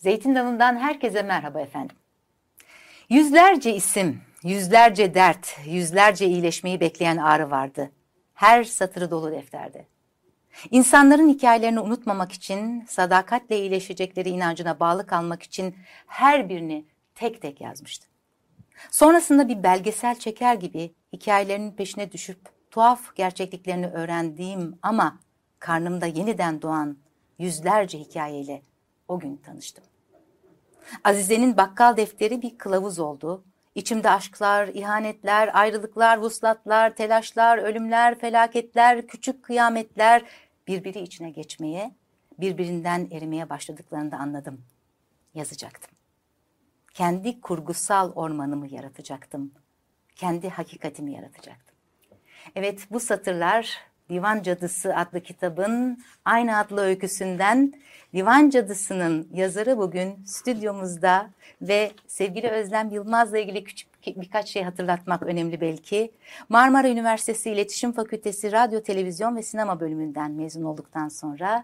Zeytin Dalı'ndan herkese merhaba efendim. Yüzlerce isim, yüzlerce dert, yüzlerce iyileşmeyi bekleyen ağrı vardı. Her satırı dolu defterde. İnsanların hikayelerini unutmamak için, sadakatle iyileşecekleri inancına bağlı kalmak için her birini tek tek yazmıştı. Sonrasında bir belgesel çeker gibi hikayelerinin peşine düşüp tuhaf gerçekliklerini öğrendiğim ama karnımda yeniden doğan yüzlerce hikayeyle o gün tanıştım. Azize'nin bakkal defteri bir kılavuz oldu. İçimde aşklar, ihanetler, ayrılıklar, vuslatlar, telaşlar, ölümler, felaketler, küçük kıyametler birbiri içine geçmeye, birbirinden erimeye başladıklarını da anladım. Yazacaktım. Kendi kurgusal ormanımı yaratacaktım. Kendi hakikatimi yaratacaktım. Evet, bu satırlar Divan Cadısı adlı kitabın aynı adlı öyküsünden. Divan Cadısı'nın yazarı bugün stüdyomuzda ve sevgili Özlem Yılmaz'la ilgili küçük birkaç şey hatırlatmak önemli belki. Marmara Üniversitesi İletişim Fakültesi Radyo, Televizyon ve Sinema bölümünden mezun olduktan sonra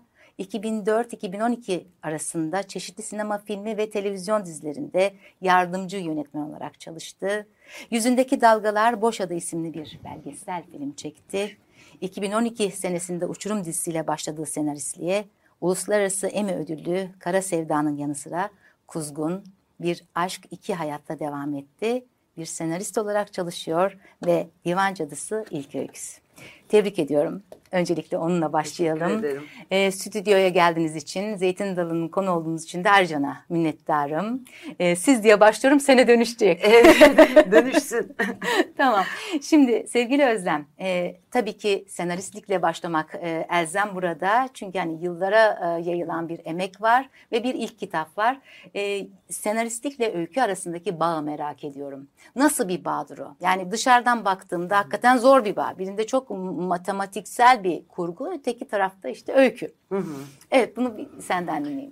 2004-2012 arasında çeşitli sinema filmi ve televizyon dizilerinde yardımcı yönetmen olarak çalıştı. Yüzündeki Dalgalar Boş Ada isimli bir belgesel film çekti. 2012 senesinde Uçurum dizisiyle başladığı senaristliğe Uluslararası Emmy ödüllü Kara Sevda'nın yanı sıra Kuzgun, Bir Aşk İki Hayat'ta devam etti. Bir senarist olarak çalışıyor ve Divan Cadısı ilk öyküsü. Tebrik ediyorum. Öncelikle onunla başlayalım. Stüdyoya geldiğiniz için, Zeytin Dalı'nın konu olduğunuz için de Ercan'a minnettarım. Siz diye başlıyorum, sene dönüşecek. Evet, dönüşsün. Tamam. Şimdi sevgili Özlem, tabii ki senaristlikle başlamak elzem burada. Çünkü hani yıllara yayılan bir emek var ve bir ilk kitap var. Senaristlikle öykü arasındaki bağı merak ediyorum. Nasıl bir bağdır o? Yani dışarıdan baktığımda hakikaten zor bir bağ. Birinde çok matematiksel bir kurgu, öteki tarafta işte öykü. Hı hı. Evet, bunu bir senden dinleyeyim.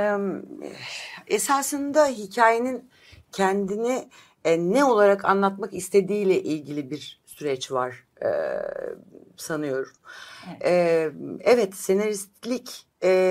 Esasında hikayenin kendini ne olarak anlatmak istediğiyle ilgili bir süreç var sanıyorum. Evet, senaristlik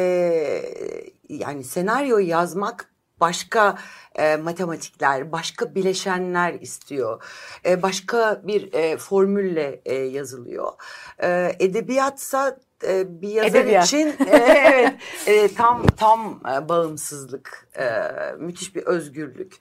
yani senaryo yazmak başka matematikler, başka bileşenler istiyor. Başka bir formülle yazılıyor. Edebiyatsa bir yazar için evet, tam bağımsızlık, müthiş bir özgürlük.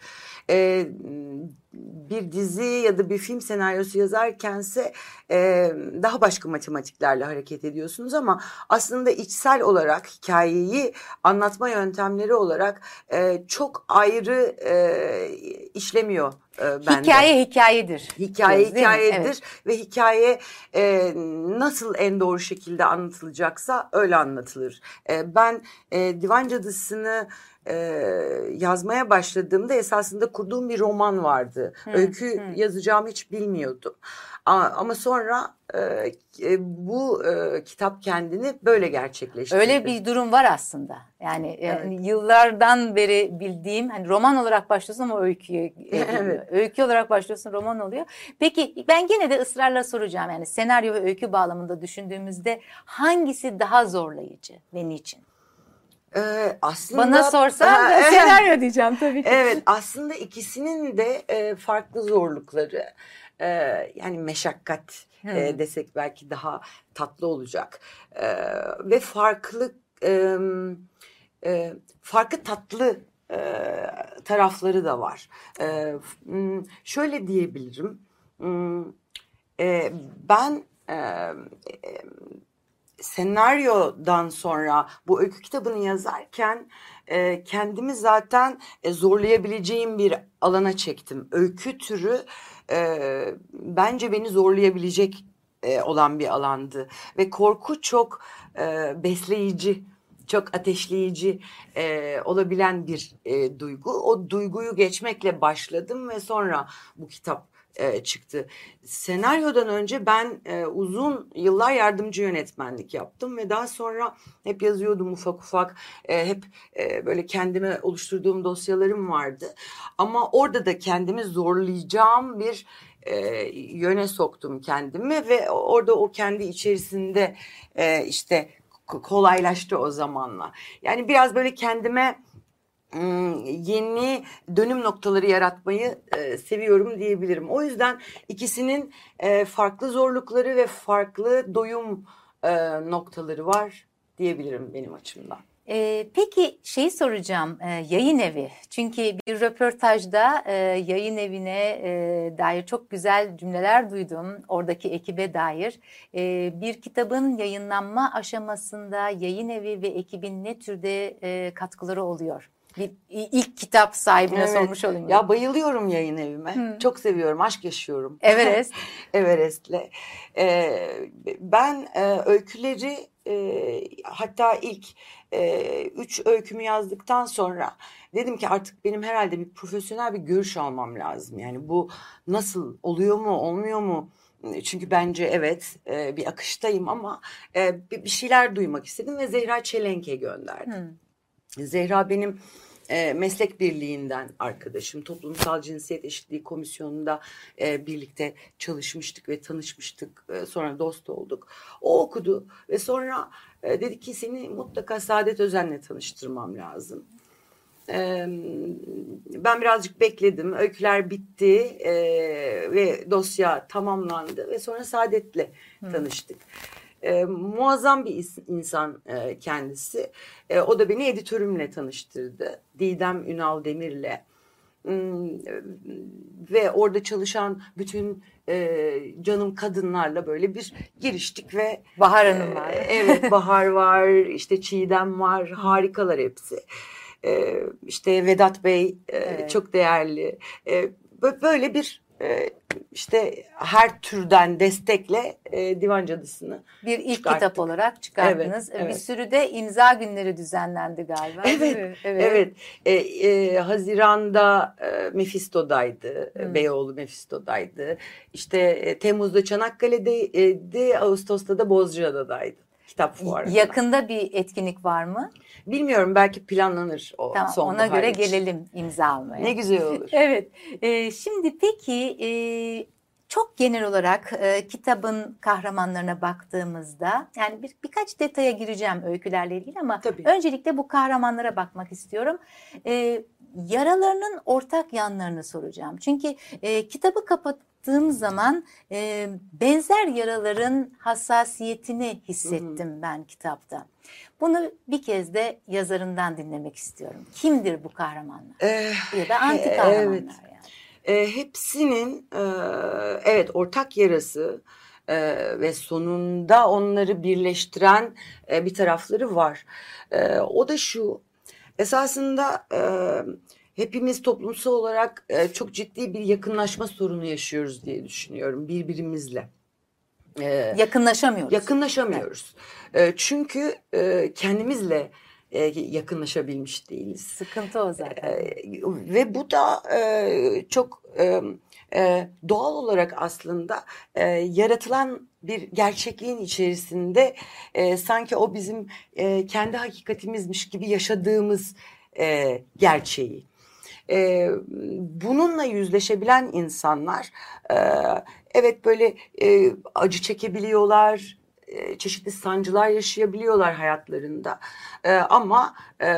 Bir dizi ya da bir film senaryosu yazarkense daha başka matematiklerle hareket ediyorsunuz ama aslında içsel olarak hikayeyi anlatma yöntemleri olarak çok ayrı işlemiyor bende. Hikaye hikayedir. Hikaye hikayedir, evet. Ve hikaye nasıl en doğru şekilde anlatılacaksa öyle anlatılır. Ben Divan Cadısı'nı yazmaya başladığımda esasında kurduğum bir roman vardı. Öykü yazacağımı hiç bilmiyordum. Ama sonra bu kitap kendini böyle gerçekleştirdi. Öyle bir durum var aslında. Yani evet. Yıllardan beri bildiğim, hani roman olarak başlıyorsun ama öyküye evet. Öykü olarak başlıyorsun, roman oluyor. Peki ben gene de ısrarla soracağım, yani senaryo ve öykü bağlamında düşündüğümüzde hangisi daha zorlayıcı ve niçin? Aslında bana sorsan senaryo diyeceğim tabii ki. Evet, aslında ikisinin de farklı zorlukları, yani meşakkat desek belki daha tatlı olacak ve farklı tatlı tarafları da var. Şöyle diyebilirim, ben senaryodan sonra bu öykü kitabını yazarken kendimi zaten zorlayabileceğim bir alana çektim. Öykü türü bence beni zorlayabilecek olan bir alandı ve korku çok besleyici, çok ateşleyici olabilen bir duygu. O duyguyu geçmekle başladım ve sonra bu kitap çıktı. Senaryodan önce ben uzun yıllar yardımcı yönetmenlik yaptım ve daha sonra hep yazıyordum ufak ufak. Hep böyle kendime oluşturduğum dosyalarım vardı. Ama orada da kendimi zorlayacağım bir yöne soktum kendimi ve orada o kendi içerisinde işte kolaylaştı o zamanla. Yani biraz böyle kendime yeni dönüm noktaları yaratmayı seviyorum diyebilirim. O yüzden ikisinin farklı zorlukları ve farklı doyum noktaları var diyebilirim benim açımdan. Peki şeyi soracağım, yayın evi. Çünkü bir röportajda yayın evine dair çok güzel cümleler duydum. Oradaki ekibe dair. Bir kitabın yayınlanma aşamasında yayın evi ve ekibin ne türde katkıları oluyor? Bir ilk kitap sahibine sormuş olayım. Ya bayılıyorum yayın evime. Çok seviyorum, aşk yaşıyorum. Everest. Everest'le. Ben öyküleri hatta ilk 3 öykümü yazdıktan sonra dedim ki artık benim herhalde bir profesyonel bir görüş almam lazım. Yani bu nasıl oluyor mu, olmuyor mu? Çünkü bence evet bir akıştayım ama bir şeyler duymak istedim ve Zehra Çelenk'e gönderdim. Zehra benim meslek birliğinden arkadaşım. Toplumsal Cinsiyet Eşitliği Komisyonu'nda birlikte çalışmıştık ve tanışmıştık. Sonra dost olduk. O okudu ve sonra dedi ki seni mutlaka Saadet Özen'le tanıştırmam lazım. Ben birazcık bekledim. Öyküler bitti ve dosya tamamlandı ve sonra Saadet'le tanıştık. Muazzam bir insan kendisi. O da beni editörümle tanıştırdı. Didem Ünal Demir'le. Ve orada çalışan bütün canım kadınlarla böyle bir giriştik ve Bahar Hanım var. Evet, Bahar var, işte Çiğdem var, harikalar hepsi. İşte Vedat Bey Evet. çok değerli. Böyle bir işte her türden destekle Divan Cadısı'nı bir ilk çıkarttık. kitap olarak çıkarttınız. Evet, Bir evet. sürü de imza günleri düzenlendi galiba. değil mi? Evet. Haziran'da Mephisto'daydı. Beyoğlu Mephisto'daydı. İşte Temmuz'da Çanakkale'deydi. Ağustos'ta da Bozcaada'daydı. Kitap fuarında. Yakında bir etkinlik var mı? Bilmiyorum, belki planlanır o Tamam, sonbahar ona göre için. gelelim imza almaya. Ne güzel olur. Evet. Şimdi peki çok genel olarak kitabın kahramanlarına baktığımızda yani birkaç detaya gireceğim öykülerle ilgili ama Tabii. öncelikle bu kahramanlara bakmak istiyorum. Yaralarının ortak yanlarını soracağım. Çünkü kitabı kapattığım zaman benzer yaraların hassasiyetini hissettim ben kitapta. Bunu bir kez de yazarından dinlemek istiyorum. Kimdir bu kahramanlar? Ya da anti kahramanlar Evet. yani. Hepsinin evet ortak yarası ve sonunda onları birleştiren bir tarafları var. O da şu, esasında hepimiz toplumsal olarak çok ciddi bir yakınlaşma sorunu yaşıyoruz diye düşünüyorum birbirimizle. Yakınlaşamıyoruz. Yakınlaşamıyoruz. Çünkü kendimizle yakınlaşabilmiş değiliz. Sıkıntı o zaten. Ve bu da çok doğal olarak aslında yaratılan bir gerçekliğin içerisinde sanki o bizim kendi hakikatimizmiş gibi yaşadığımız gerçeği. Bununla yüzleşebilen insanlar evet böyle acı çekebiliyorlar, çeşitli sancılar yaşayabiliyorlar hayatlarında. Ama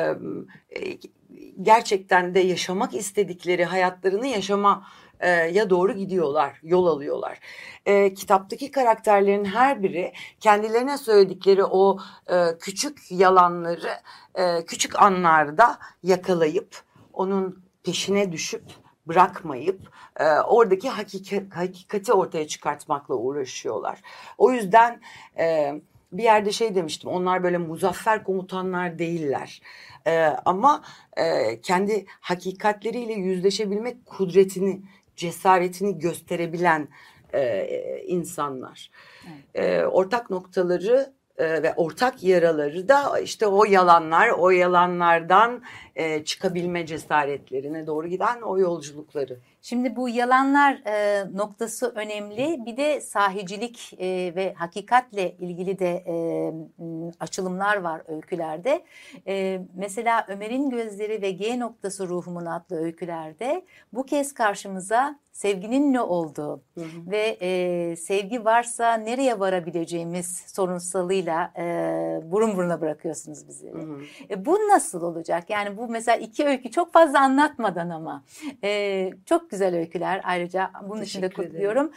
gerçekten de yaşamak istedikleri hayatlarını yaşamaya doğru gidiyorlar, yol alıyorlar. Kitaptaki karakterlerin her biri kendilerine söyledikleri o küçük yalanları küçük anlarda yakalayıp onun peşine düşüp bırakmayıp oradaki hakikati ortaya çıkartmakla uğraşıyorlar. O yüzden bir yerde şey demiştim, onlar böyle muzaffer komutanlar değiller. Ama kendi hakikatleriyle yüzleşebilmek kudretini, cesaretini gösterebilen insanlar. Ortak noktaları ve ortak yaraları da işte o yalanlar, o yalanlardan çıkabilme cesaretlerine doğru giden o yolculukları. Şimdi bu yalanlar noktası önemli. Bir de sahicilik ve hakikatle ilgili de açılımlar var öykülerde. Mesela Ömer'in Gözleri ve G noktası Ruhumun adlı öykülerde bu kez karşımıza sevginin ne olduğu ve sevgi varsa nereye varabileceğimiz sorunsalıyla burun buruna bırakıyorsunuz bizi. Bu nasıl olacak? Yani bu mesela 2 öykü çok fazla anlatmadan ama çok güzel öyküler, ayrıca bunun için de kutluyorum.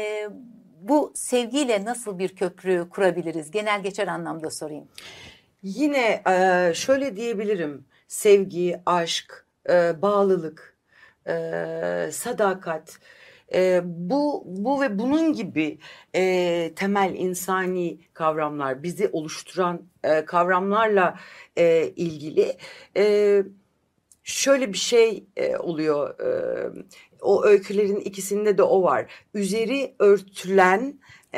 Bu sevgiyle nasıl bir köprü kurabiliriz? Genel geçer anlamda sorayım. Yine şöyle diyebilirim. Sevgi, aşk, bağlılık, sadakat, bu ve bunun gibi temel insani kavramlar, bizi oluşturan kavramlarla ilgili şöyle bir şey oluyor. O öykülerin ikisinde de o var. Üzeri örtülen,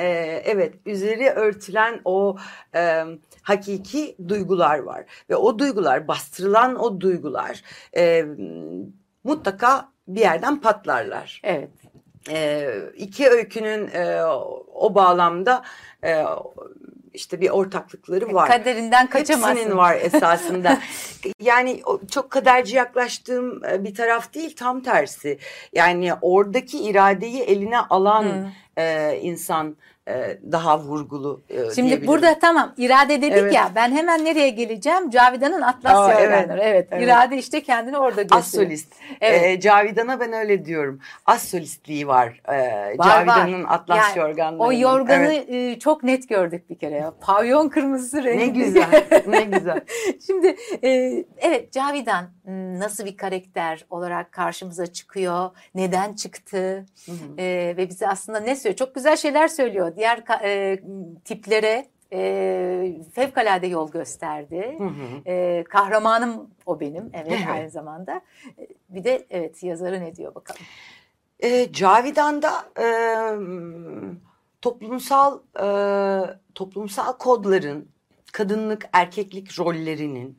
üzeri örtülen o hakiki duygular var ve o duygular, bastırılan o duygular mutlaka bir yerden patlarlar. Evet. 2 öykünün o bağlamda işte bir ortaklıkları var. Kaderinden kaçamazsın. Hepsinin var esasında. Yani çok kaderci yaklaştığım bir taraf değil, tam tersi. Yani oradaki iradeyi eline alan insan daha vurgulu Şimdi burada tamam, irade dedik ya, ben hemen nereye geleceğim? Cavidan'ın Atlas Yorganları. Evet. İrade işte kendini orada gösteriyor. As-solist. Evet. Cavidan'a ben öyle diyorum. As-solistliği var. Cavidan'ın Atlas Yorganları. O yorganı çok net gördük bir kere ya. Pavyon kırmızısı rengi. Ne güzel. Ne güzel. Şimdi evet, Cavidan nasıl bir karakter olarak karşımıza çıkıyor? Neden çıktı? Ve bize aslında ne söylüyor? Çok güzel şeyler söylüyor. Diğer tiplere fevkalade yol gösterdi. Kahramanım o benim. Evet, aynı zamanda. Bir de evet, yazarı ne diyor bakalım. Cavidan'da toplumsal kodların, kadınlık erkeklik rollerinin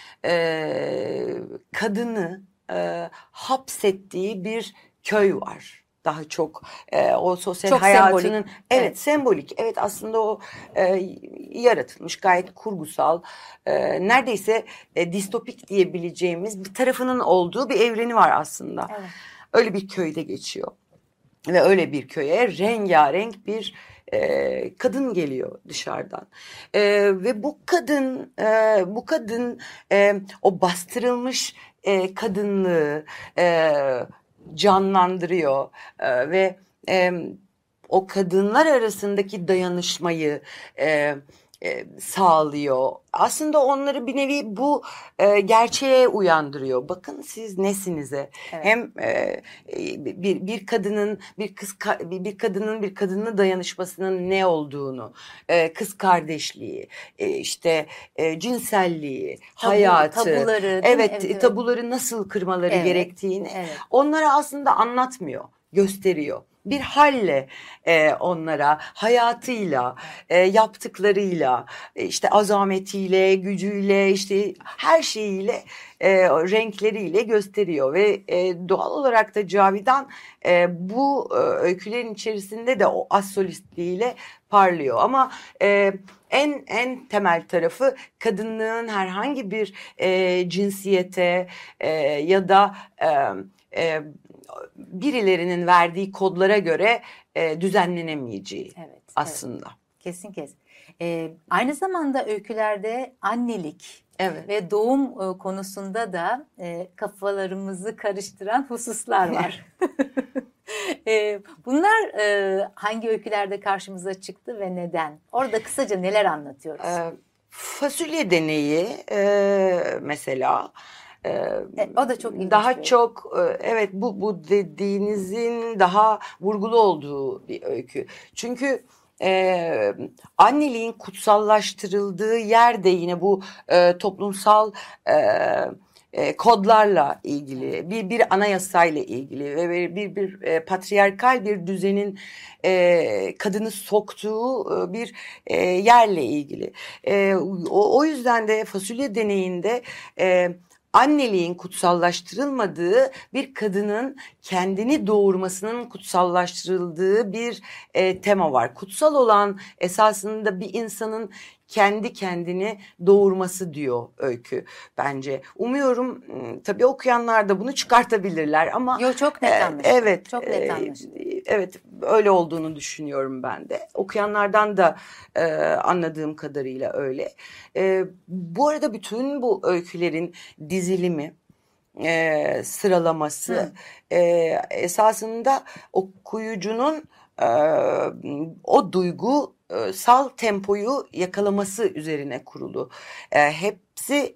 kadını hapsettiği bir köy var. Daha çok o sosyal çok hayatının sembolik. Sembolik. Evet, aslında o yaratılmış, gayet kurgusal, neredeyse distopik diyebileceğimiz bir tarafının olduğu bir evreni var aslında. Evet. Öyle bir köyde geçiyor. Ve öyle bir köye rengarenk bir kadın geliyor dışarıdan. Ve bu kadın o bastırılmış kadınlığı canlandırıyor ve o kadınlar arasındaki dayanışmayı sağlıyor. Aslında onları bir nevi bu gerçeğe uyandırıyor. Bakın siz nesinize. Evet. Hem bir kadının bir kadınla dayanışmasının ne olduğunu, kız kardeşliği, işte cinselliği, hayatı, tabuları, tabuları nasıl kırmaları gerektiğini onlara aslında anlatmıyor, gösteriyor. Bir halle onlara hayatıyla, yaptıklarıyla, işte azametiyle, gücüyle, işte her şeyiyle, renkleriyle gösteriyor ve doğal olarak da Cavidan bu öykülerin içerisinde de o as-solistliğiyle parlıyor. Ama en temel tarafı kadınlığın herhangi bir cinsiyete ya da birilerinin verdiği kodlara göre düzenlenemeyeceği aslında. Evet. Kesin. Aynı zamanda öykülerde annelik ve doğum konusunda da kafalarımızı karıştıran hususlar var. Bunlar hangi öykülerde karşımıza çıktı ve neden? Orada kısaca neler anlatıyoruz? Fasulye deneyi mesela. O da çok ilginç. Daha çok bu dediğinizin daha vurgulu olduğu bir öykü. Çünkü anneliğin kutsallaştırıldığı yerde yine bu toplumsal kodlarla ilgili, bir anayasayla ilgili ve bir patriarkal bir düzenin kadını soktuğu bir yerle ilgili. O yüzden de fasulye deneyinde anneliğin kutsallaştırılmadığı, bir kadının kendini doğurmasının kutsallaştırıldığı bir tema var. Kutsal olan esasında bir insanın kendi kendini doğurması diyor öykü bence. Umuyorum tabii okuyanlar da bunu çıkartabilirler ama Yo, çok net anlaşıldı. evet, Çok net anlaşıldı. evet, öyle olduğunu düşünüyorum ben de. Okuyanlardan da anladığım kadarıyla öyle. Bu arada bütün bu öykülerin dizilimi, sıralaması esasında okuyucunun o duygusal tempoyu yakalaması üzerine kurulu. Hepsi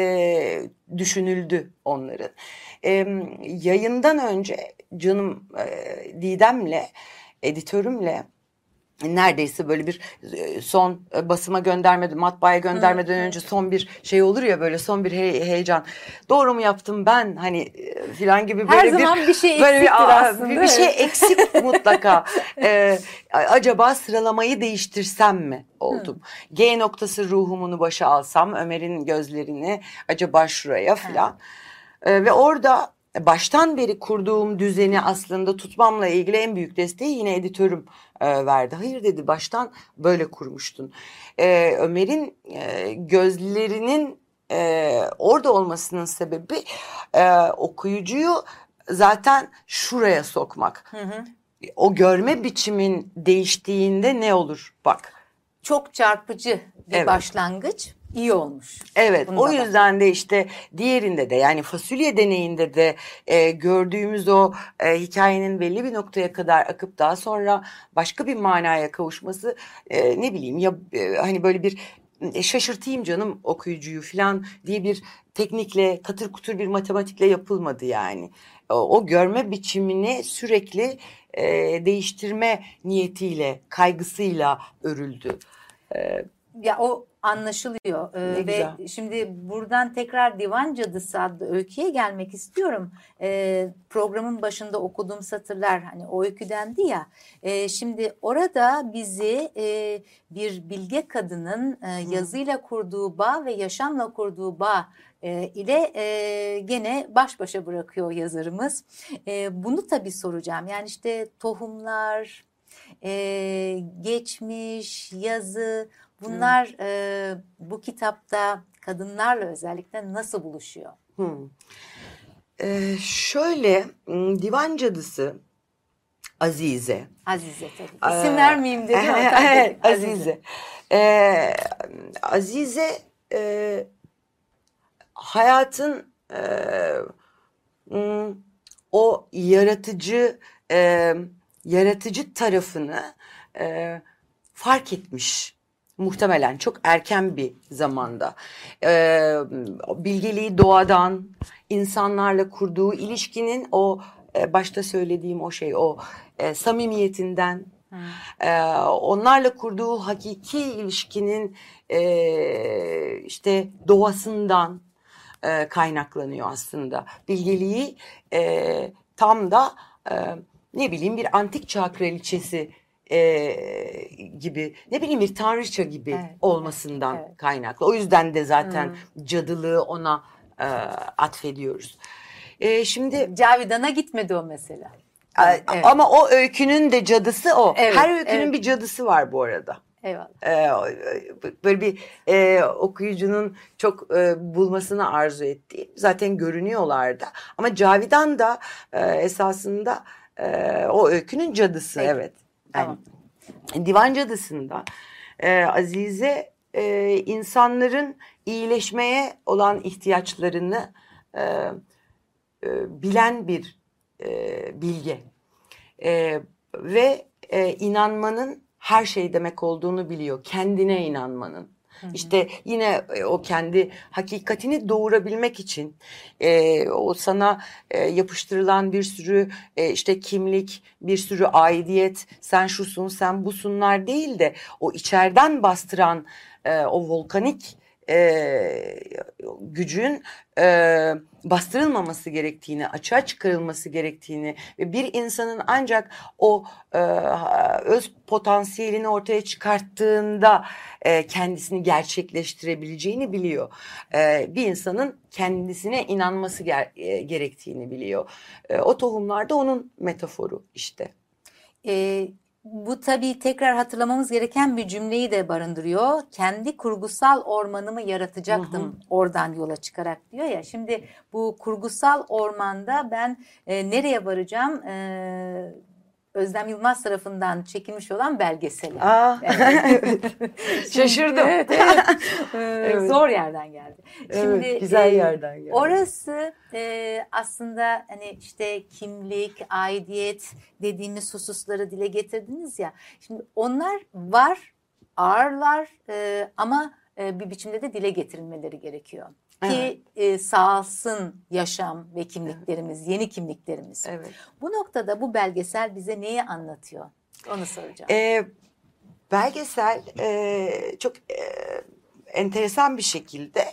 düşünüldü onların. Yayından önce canım Didem'le, editörümle neredeyse böyle bir son basıma göndermeden, matbaaya göndermeden önce son bir şey olur ya, böyle son bir heyecan. Doğru mu yaptım ben hani filan gibi böyle her zaman bir şey böyle eksiktir aslında. bir şey eksik mutlaka. Acaba sıralamayı değiştirsem mi oldum? G noktası ruhumunu başa alsam, Ömer'in gözlerini acaba şuraya filan. Ve orada baştan beri kurduğum düzeni aslında tutmamla ilgili en büyük desteği yine editörüm verdi. Hayır dedi, baştan böyle kurmuştun. Ömer'in gözlerinin orada olmasının sebebi okuyucuyu zaten şuraya sokmak. O görme biçimin değiştiğinde ne olur bak. Çok çarpıcı bir Evet. başlangıç. İyi olmuş. Evet, Bunu o da yüzden de işte diğerinde de, yani fasulye deneyinde de gördüğümüz o hikayenin belli bir noktaya kadar akıp daha sonra başka bir manaya kavuşması, ne bileyim ya, hani böyle bir şaşırtayım canım okuyucuyu falan diye bir teknikle, katır kutur bir matematikle yapılmadı yani. O görme biçimini sürekli değiştirme niyetiyle, kaygısıyla örüldü. Ya o anlaşılıyor. Ne Ve güzel. şimdi buradan tekrar Divan Cadısı adlı öyküye gelmek istiyorum. Programın başında okuduğum satırlar hani o öyküdendi ya. Şimdi orada bizi bir bilge kadının yazıyla kurduğu bağ ve yaşamla kurduğu bağ ile gene baş başa bırakıyor yazarımız. Bunu tabii soracağım. Yani işte tohumlar, geçmiş, yazı, bunlar bu kitapta kadınlarla özellikle nasıl buluşuyor? Şöyle, Divan Cadısı Azize. Azize tabii. İsim vermeyeyim dedim ama tabii Evet, dedim. Azize. Azize hayatın o yaratıcı tarafını fark etmiş. Muhtemelen çok erken bir zamanda. Bilgeliği doğadan, insanlarla kurduğu ilişkinin o başta söylediğim o şey, o samimiyetinden, onlarla kurduğu hakiki ilişkinin işte doğasından kaynaklanıyor aslında. Bilgeliği tam da ne bileyim bir antik çağ kraliçesi gibi, ne bileyim bir tanrıça gibi olmasından kaynaklı. O yüzden de zaten cadılığı ona atfediyoruz. Şimdi Cavidan'a gitmedi o mesela. Evet. Ama o öykünün de cadısı o. Evet, her öykünün bir cadısı var bu arada. Eyvallah. Böyle bir okuyucunun çok bulmasını arzu ettiği, zaten görünüyorlar da. Ama Cavidan da esasında o öykünün cadısı. Peki. Evet. Yani, tamam. Divan Cadısı'nda Azize insanların iyileşmeye olan ihtiyaçlarını bilen bir bilge ve inanmanın her şey demek olduğunu biliyor. Kendine inanmanın. İşte yine o kendi hakikatini doğurabilmek için o sana yapıştırılan bir sürü işte kimlik, bir sürü aidiyet, sen şusun, sen busunlar değil de o içeriden bastıran o volkanik gücün bastırılmaması gerektiğini, açığa çıkarılması gerektiğini ve bir insanın ancak o öz potansiyelini ortaya çıkarttığında kendisini gerçekleştirebileceğini biliyor. Bir insanın kendisine inanması gerektiğini biliyor. O tohumlar da onun metaforu işte. Bu tabii tekrar hatırlamamız gereken bir cümleyi de barındırıyor. Kendi kurgusal ormanımı yaratacaktım oradan yola çıkarak diyor ya. Şimdi bu kurgusal ormanda ben nereye varacağım? Özlem Yılmaz tarafından çekilmiş olan belgeseli. Evet. Şaşırdım. Evet. Zor yerden geldi. Şimdi evet, güzel yerden geldi. Orası aslında hani işte kimlik, aidiyet dediğimiz hususları dile getirdiniz ya. Şimdi onlar var, ağırlar ama bir biçimde de dile getirilmeleri gerekiyor. Ki sağalsın yaşam ve kimliklerimiz, yeni kimliklerimiz. Evet. Bu noktada bu belgesel bize neyi anlatıyor? Onu soracağım. Belgesel çok enteresan bir şekilde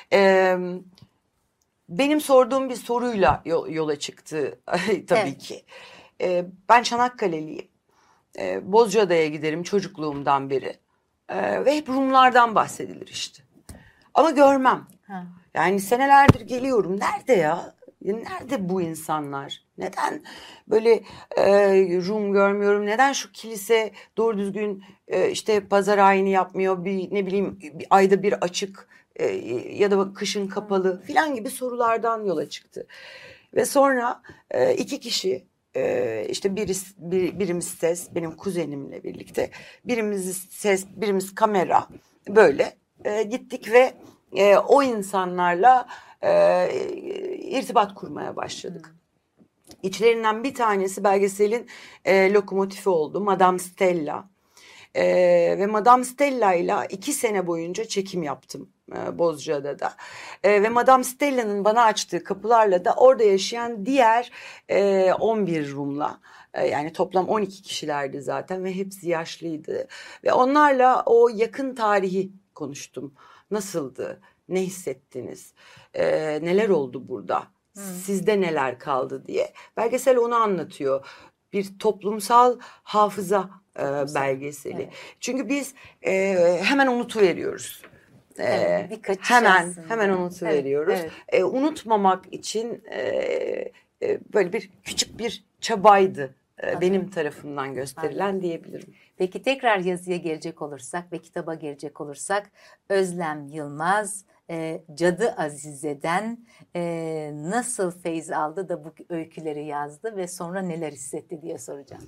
benim sorduğum bir soruyla yola çıktı tabii ki. Ben Çanakkale'liyim. Bozcaada'ya giderim çocukluğumdan beri. Ve hep Rumlardan bahsedilir işte. Ama görmem. Yani senelerdir geliyorum. Nerede ya? Nerede bu insanlar? Neden böyle Rum görmüyorum? Neden şu kilise doğru düzgün işte pazar ayini yapmıyor? Bir ne bileyim bir ayda bir açık ya da kışın kapalı filan gibi sorulardan yola çıktı. Ve sonra iki kişi işte birimiz ses benim kuzenimle birlikte birimiz ses birimiz kamera böyle gittik ve o insanlarla irtibat kurmaya başladık. İçlerinden bir tanesi belgeselin lokomotifi oldu. Madame Stella. Ve Madame Stella ile 2 sene boyunca çekim yaptım Bozcaada'da. Ve Madame Stella'nın bana açtığı kapılarla da orada yaşayan diğer 11 Rum'la yani toplam 12 kişilerdi zaten ve hepsi yaşlıydı. Ve onlarla o yakın tarihi konuştum. Nasıldı? Ne hissettiniz? Neler oldu burada? Sizde neler kaldı diye. Belgesel onu anlatıyor. Bir toplumsal hafıza belgeseli. Evet. Çünkü biz hemen unutuveriyoruz. Hemen unutuveriyoruz. Evet. Unutmamak için böyle bir küçük bir çabaydı benim tarafımdan gösterilen diyebilirim. Peki tekrar yazıya gelecek olursak ve kitaba gelecek olursak Özlem Yılmaz Cadı Azize'den nasıl feyz aldı da bu öyküleri yazdı ve sonra neler hissetti diye soracağım.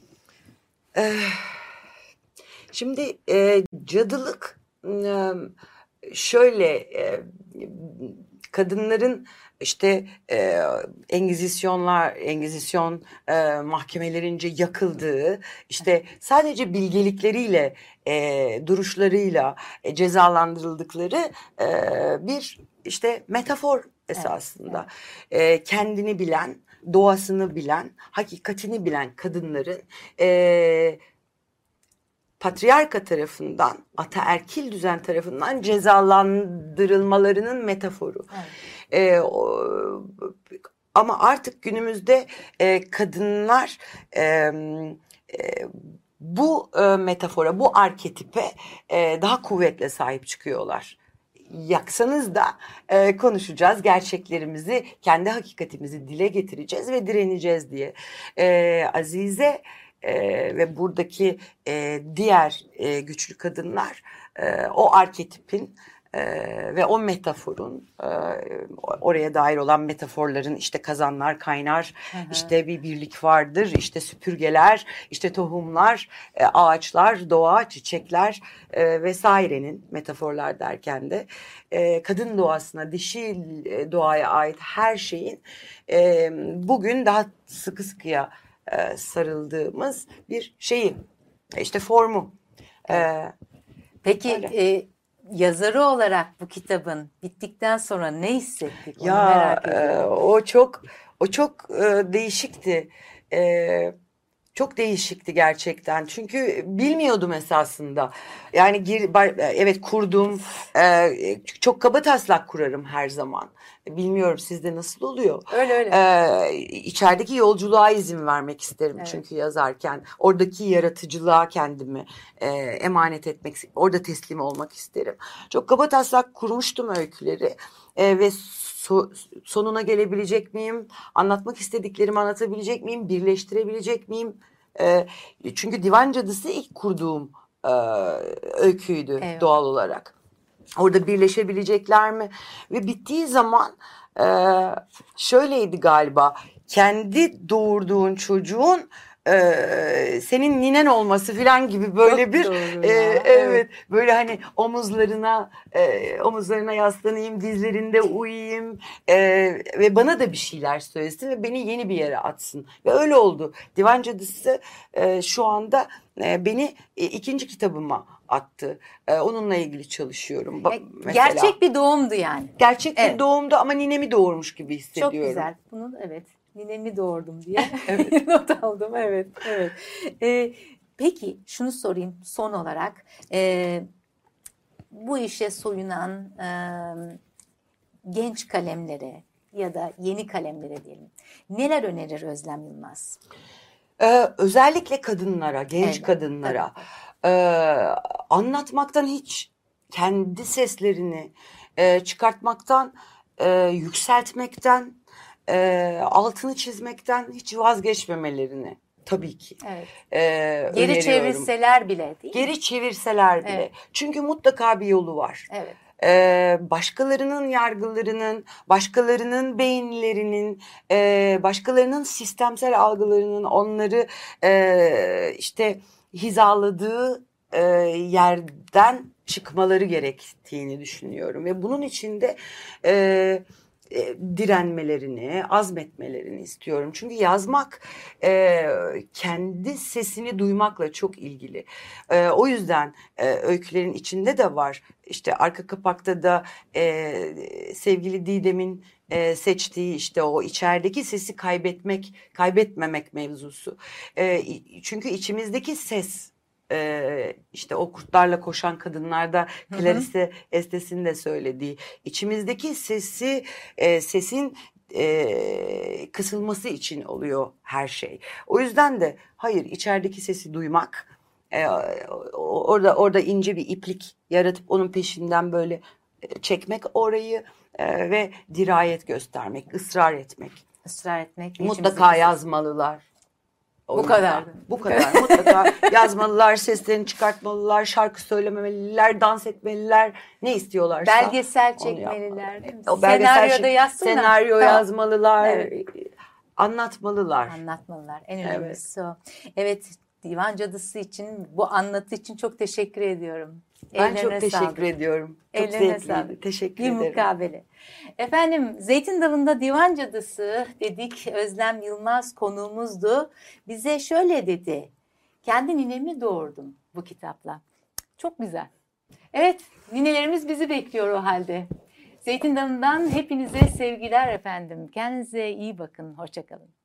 Şimdi cadılık şöyle kadınların işte Engizisyon mahkemelerince yakıldığı işte sadece bilgelikleriyle duruşlarıyla cezalandırıldıkları bir işte metafor esasında. Evet. Kendini bilen, doğasını bilen, hakikatini bilen kadınların patriarka tarafından, ataerkil düzen tarafından cezalandırılmalarının metaforu. Evet. Ama artık günümüzde kadınlar bu metafora, bu arketipe daha kuvvetle sahip çıkıyorlar. Yaksanız da konuşacağız, gerçeklerimizi, kendi hakikatimizi dile getireceğiz ve direneceğiz diye. Azize ve buradaki diğer güçlü kadınlar o arketipin ve o metaforun oraya dair olan metaforların işte kazanlar kaynar, işte bir birlik vardır, işte süpürgeler, işte tohumlar, ağaçlar, doğa, çiçekler vesairenin metaforlar derken de kadın doğasına, dişil doğaya ait her şeyin bugün daha sıkı sıkıya sarıldığımız bir şeyi, işte formu. Peki yazarı olarak bu kitabın bittikten sonra ne hissettik? Onu merak ediyorum. O çok değişikti. Çok değişikti gerçekten. Çünkü bilmiyordum esasında. Yani evet kurdum. Çok kabataslak kurarım her zaman. Bilmiyorum sizde nasıl oluyor? Öyle öyle. İçerideki yolculuğa izin vermek isterim Evet. çünkü yazarken. Oradaki yaratıcılığa kendimi emanet etmek, orada teslim olmak isterim. Çok kabataslak kurmuştum öyküleri. Ve sonuna gelebilecek miyim? Anlatmak istediklerimi anlatabilecek miyim? Birleştirebilecek miyim? Çünkü Divan Cadısı ilk kurduğum öyküydü Evet. doğal olarak. Orada birleşebilecekler mi? Ve bittiği zaman şöyleydi galiba. Kendi doğurduğun çocuğun senin ninen olması falan gibi böyle Çok bir doğru ya, evet böyle hani omuzlarına yaslanayım, dizlerinde uyuyayım ve bana da bir şeyler söylesin ve beni yeni bir yere atsın ve öyle oldu. Divan Cadısı şu anda beni ikinci kitabıma attı. Onunla ilgili çalışıyorum. Mesela. Gerçek bir doğumdu yani. Gerçek bir Evet. doğumdu ama ninemi doğurmuş gibi hissediyorum. Çok güzel. Bunu evet, ninemi doğurdum diye Evet. not aldım. Evet, evet. Peki şunu sorayım son olarak. Bu işe soyunan genç kalemlere ya da yeni kalemlere diyelim. Neler önerir Özlem Yılmaz? Özellikle kadınlara, genç Evet, kadınlara anlatmaktan hiç kendi seslerini çıkartmaktan, yükseltmekten, altını çizmekten hiç vazgeçmemelerini tabii ki Evet. Geri öneriyorum. çevirseler bile değil mi? Geri çevirseler bile. Evet. Çünkü mutlaka bir yolu var. Evet. Başkalarının yargılarının, başkalarının beyinlerinin, başkalarının sistemsel algılarının onları işte hizaladığı yerden çıkmaları gerektiğini düşünüyorum. Ve bunun için de direnmelerini, azmetmelerini istiyorum. Çünkü yazmak kendi sesini duymakla çok ilgili. O yüzden öykülerin içinde de var. İşte arka kapakta da sevgili Didem'in seçtiği işte o içerideki sesi kaybetmemek mevzusu. Çünkü içimizdeki ses işte o kurtlarla koşan kadınlarda Clarice Estes'in de söylediği içimizdeki sesin kısılması için oluyor her şey. O yüzden de hayır içerideki sesi duymak orada ince bir iplik yaratıp onun peşinden böyle çekmek orayı ve dirayet göstermek, ısrar etmek. Israr etmek. Mutlaka yazmalılar. Bu kadar. Bu kadar. Mutlaka yazmalılar, seslerini çıkartmalılar, şarkı söylemeliler, dans etmeliler. Ne istiyorlarsa. Belgesel çekmeliler. Değil mi? O belgesel Senaryoda yazsınlar. senaryo Tamam. yazmalılar. Evet. Anlatmalılar. Anlatmalılar. En önemlisi o. Evet, Divan Cadısı için, bu anlatı için çok teşekkür ediyorum. Ben Ellerine çok teşekkür sağlık. ediyorum. Çok Ellerine zevkliydi. sağlık. Teşekkür Bir ederim. mukabele. Efendim, Zeytin Dalı'nda Divan Cadısı dedik. Özlem Yılmaz konuğumuzdu. Bize şöyle dedi. Kendi ninemi doğurdum bu kitapla. Çok güzel. Evet, ninelerimiz bizi bekliyor o halde. Zeytin Dalı'ndan hepinize sevgiler efendim. Kendinize iyi bakın. Hoşça kalın.